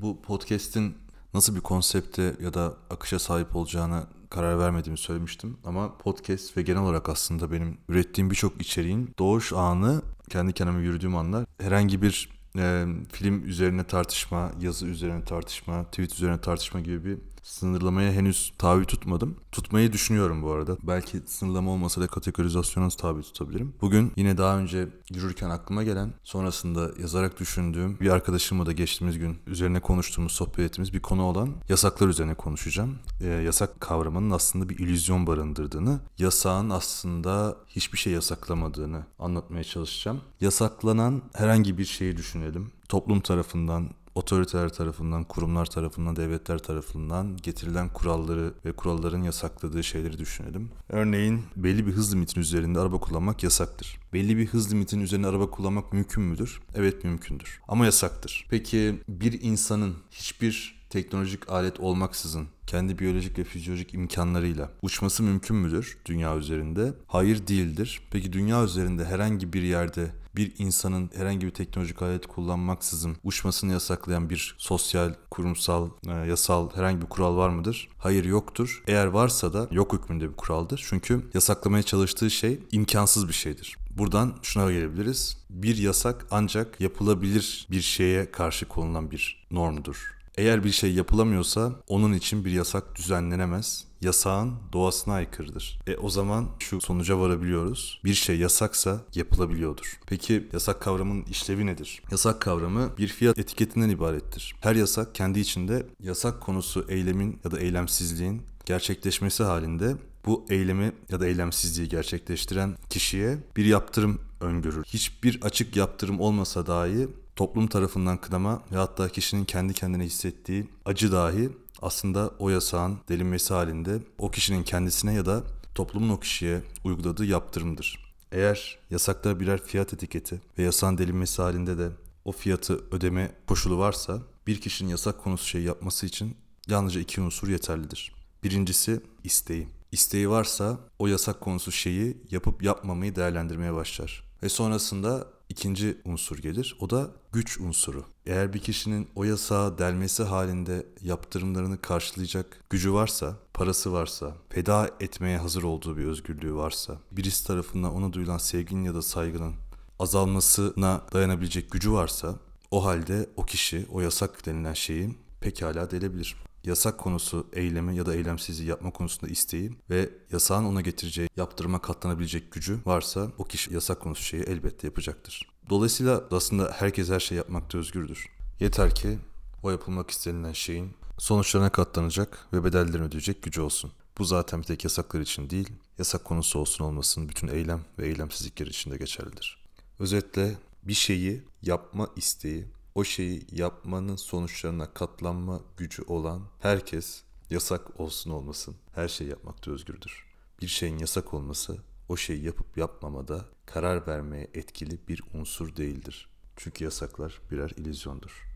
Bu podcast'in nasıl bir konsepte ya da akışa sahip olacağına karar vermediğimi söylemiştim. Ama podcast ve genel olarak aslında benim ürettiğim birçok içeriğin doğuş anı, kendi kendime yürüdüğüm anlar, herhangi bir film üzerine tartışma, yazı üzerine tartışma, tweet üzerine tartışma gibi bir sınırlamaya henüz tabi tutmadım. Tutmayı düşünüyorum bu arada. Belki sınırlama olmasa da kategorizasyona tabi tutabilirim. Bugün yine daha önce yürürken aklıma gelen, sonrasında yazarak düşündüğüm bir arkadaşımla da geçtiğimiz gün üzerine konuştuğumuz, sohbet ettiğimiz bir konu olan yasaklar üzerine konuşacağım. Yasak kavramının aslında bir illüzyon barındırdığını, yasağın aslında hiçbir şey yasaklamadığını anlatmaya çalışacağım. Yasaklanan herhangi bir şeyi düşünelim. Toplum tarafından, otoriteler tarafından, kurumlar tarafından, devletler tarafından getirilen kuralları ve kuralların yasakladığı şeyleri düşünelim. Örneğin belli bir hız limitinin üzerinde araba kullanmak yasaktır. Belli bir hız limitinin üzerinde araba kullanmak mümkün müdür? Evet, mümkündür. Ama yasaktır. Peki bir insanın hiçbir teknolojik alet olmaksızın kendi biyolojik ve fizyolojik imkanlarıyla uçması mümkün müdür dünya üzerinde? Hayır, değildir. Peki dünya üzerinde herhangi bir yerde bir insanın herhangi bir teknolojik alet kullanmaksızın uçmasını yasaklayan bir sosyal, kurumsal, yasal herhangi bir kural var mıdır? Hayır, yoktur. Eğer varsa da yok hükmünde bir kuraldır. Çünkü yasaklamaya çalıştığı şey imkansız bir şeydir. Buradan şuna gelebiliriz. Bir yasak ancak yapılabilir bir şeye karşı konulan bir normdur. Eğer bir şey yapılamıyorsa onun için bir yasak düzenlenemez. Yasağın doğasına aykırıdır. O zaman şu sonuca varabiliyoruz. Bir şey yasaksa yapılabiliyordur. Peki yasak kavramının işlevi nedir? Yasak kavramı bir fiyat etiketinden ibarettir. Her yasak kendi içinde yasak konusu eylemin ya da eylemsizliğin gerçekleşmesi halinde bu eylemi ya da eylemsizliği gerçekleştiren kişiye bir yaptırım öngörür. Hiçbir açık yaptırım olmasa dahi toplum tarafından kınama ve hatta kişinin kendi kendine hissettiği acı dahi aslında o yasağın delinmesi halinde o kişinin kendisine ya da toplumun o kişiye uyguladığı yaptırımdır. Eğer yasakta birer fiyat etiketi ve yasağın delinmesi halinde de o fiyatı ödeme koşulu varsa bir kişinin yasak konusu şey yapması için yalnızca iki unsur yeterlidir. Birincisi isteği. İsteği varsa o yasak konusu şeyi yapıp yapmamayı değerlendirmeye başlar. Ve sonrasında ikinci unsur gelir. O da güç unsuru. Eğer bir kişinin o yasağı delmesi halinde yaptırımlarını karşılayacak gücü varsa, parası varsa, feda etmeye hazır olduğu bir özgürlüğü varsa, birisi tarafından ona duyulan sevginin ya da saygının azalmasına dayanabilecek gücü varsa, o halde o kişi o yasak denilen şeyi pekala delebilir. Yasak konusu eylemi ya da eylemsizliği yapma konusunda isteği ve yasağın ona getireceği yaptırıma katlanabilecek gücü varsa o kişi yasak konusu şeyi elbette yapacaktır. Dolayısıyla aslında herkes her şey yapmakta özgürdür. Yeter ki o yapılmak istenilen şeyin sonuçlarına katlanacak ve bedellerini ödeyecek gücü olsun. Bu zaten bir tek yasaklar için değil, yasak konusu olsun olmasın bütün eylem ve eylemsizlikler için de geçerlidir. Özetle bir şeyi yapma isteği, o şeyi yapmanın sonuçlarına katlanma gücü olan herkes yasak olsun olmasın her şeyi yapmakta özgürdür. Bir şeyin yasak olması o şeyi yapıp yapmamada karar vermeye etkili bir unsur değildir. Çünkü yasaklar birer illüzyondur.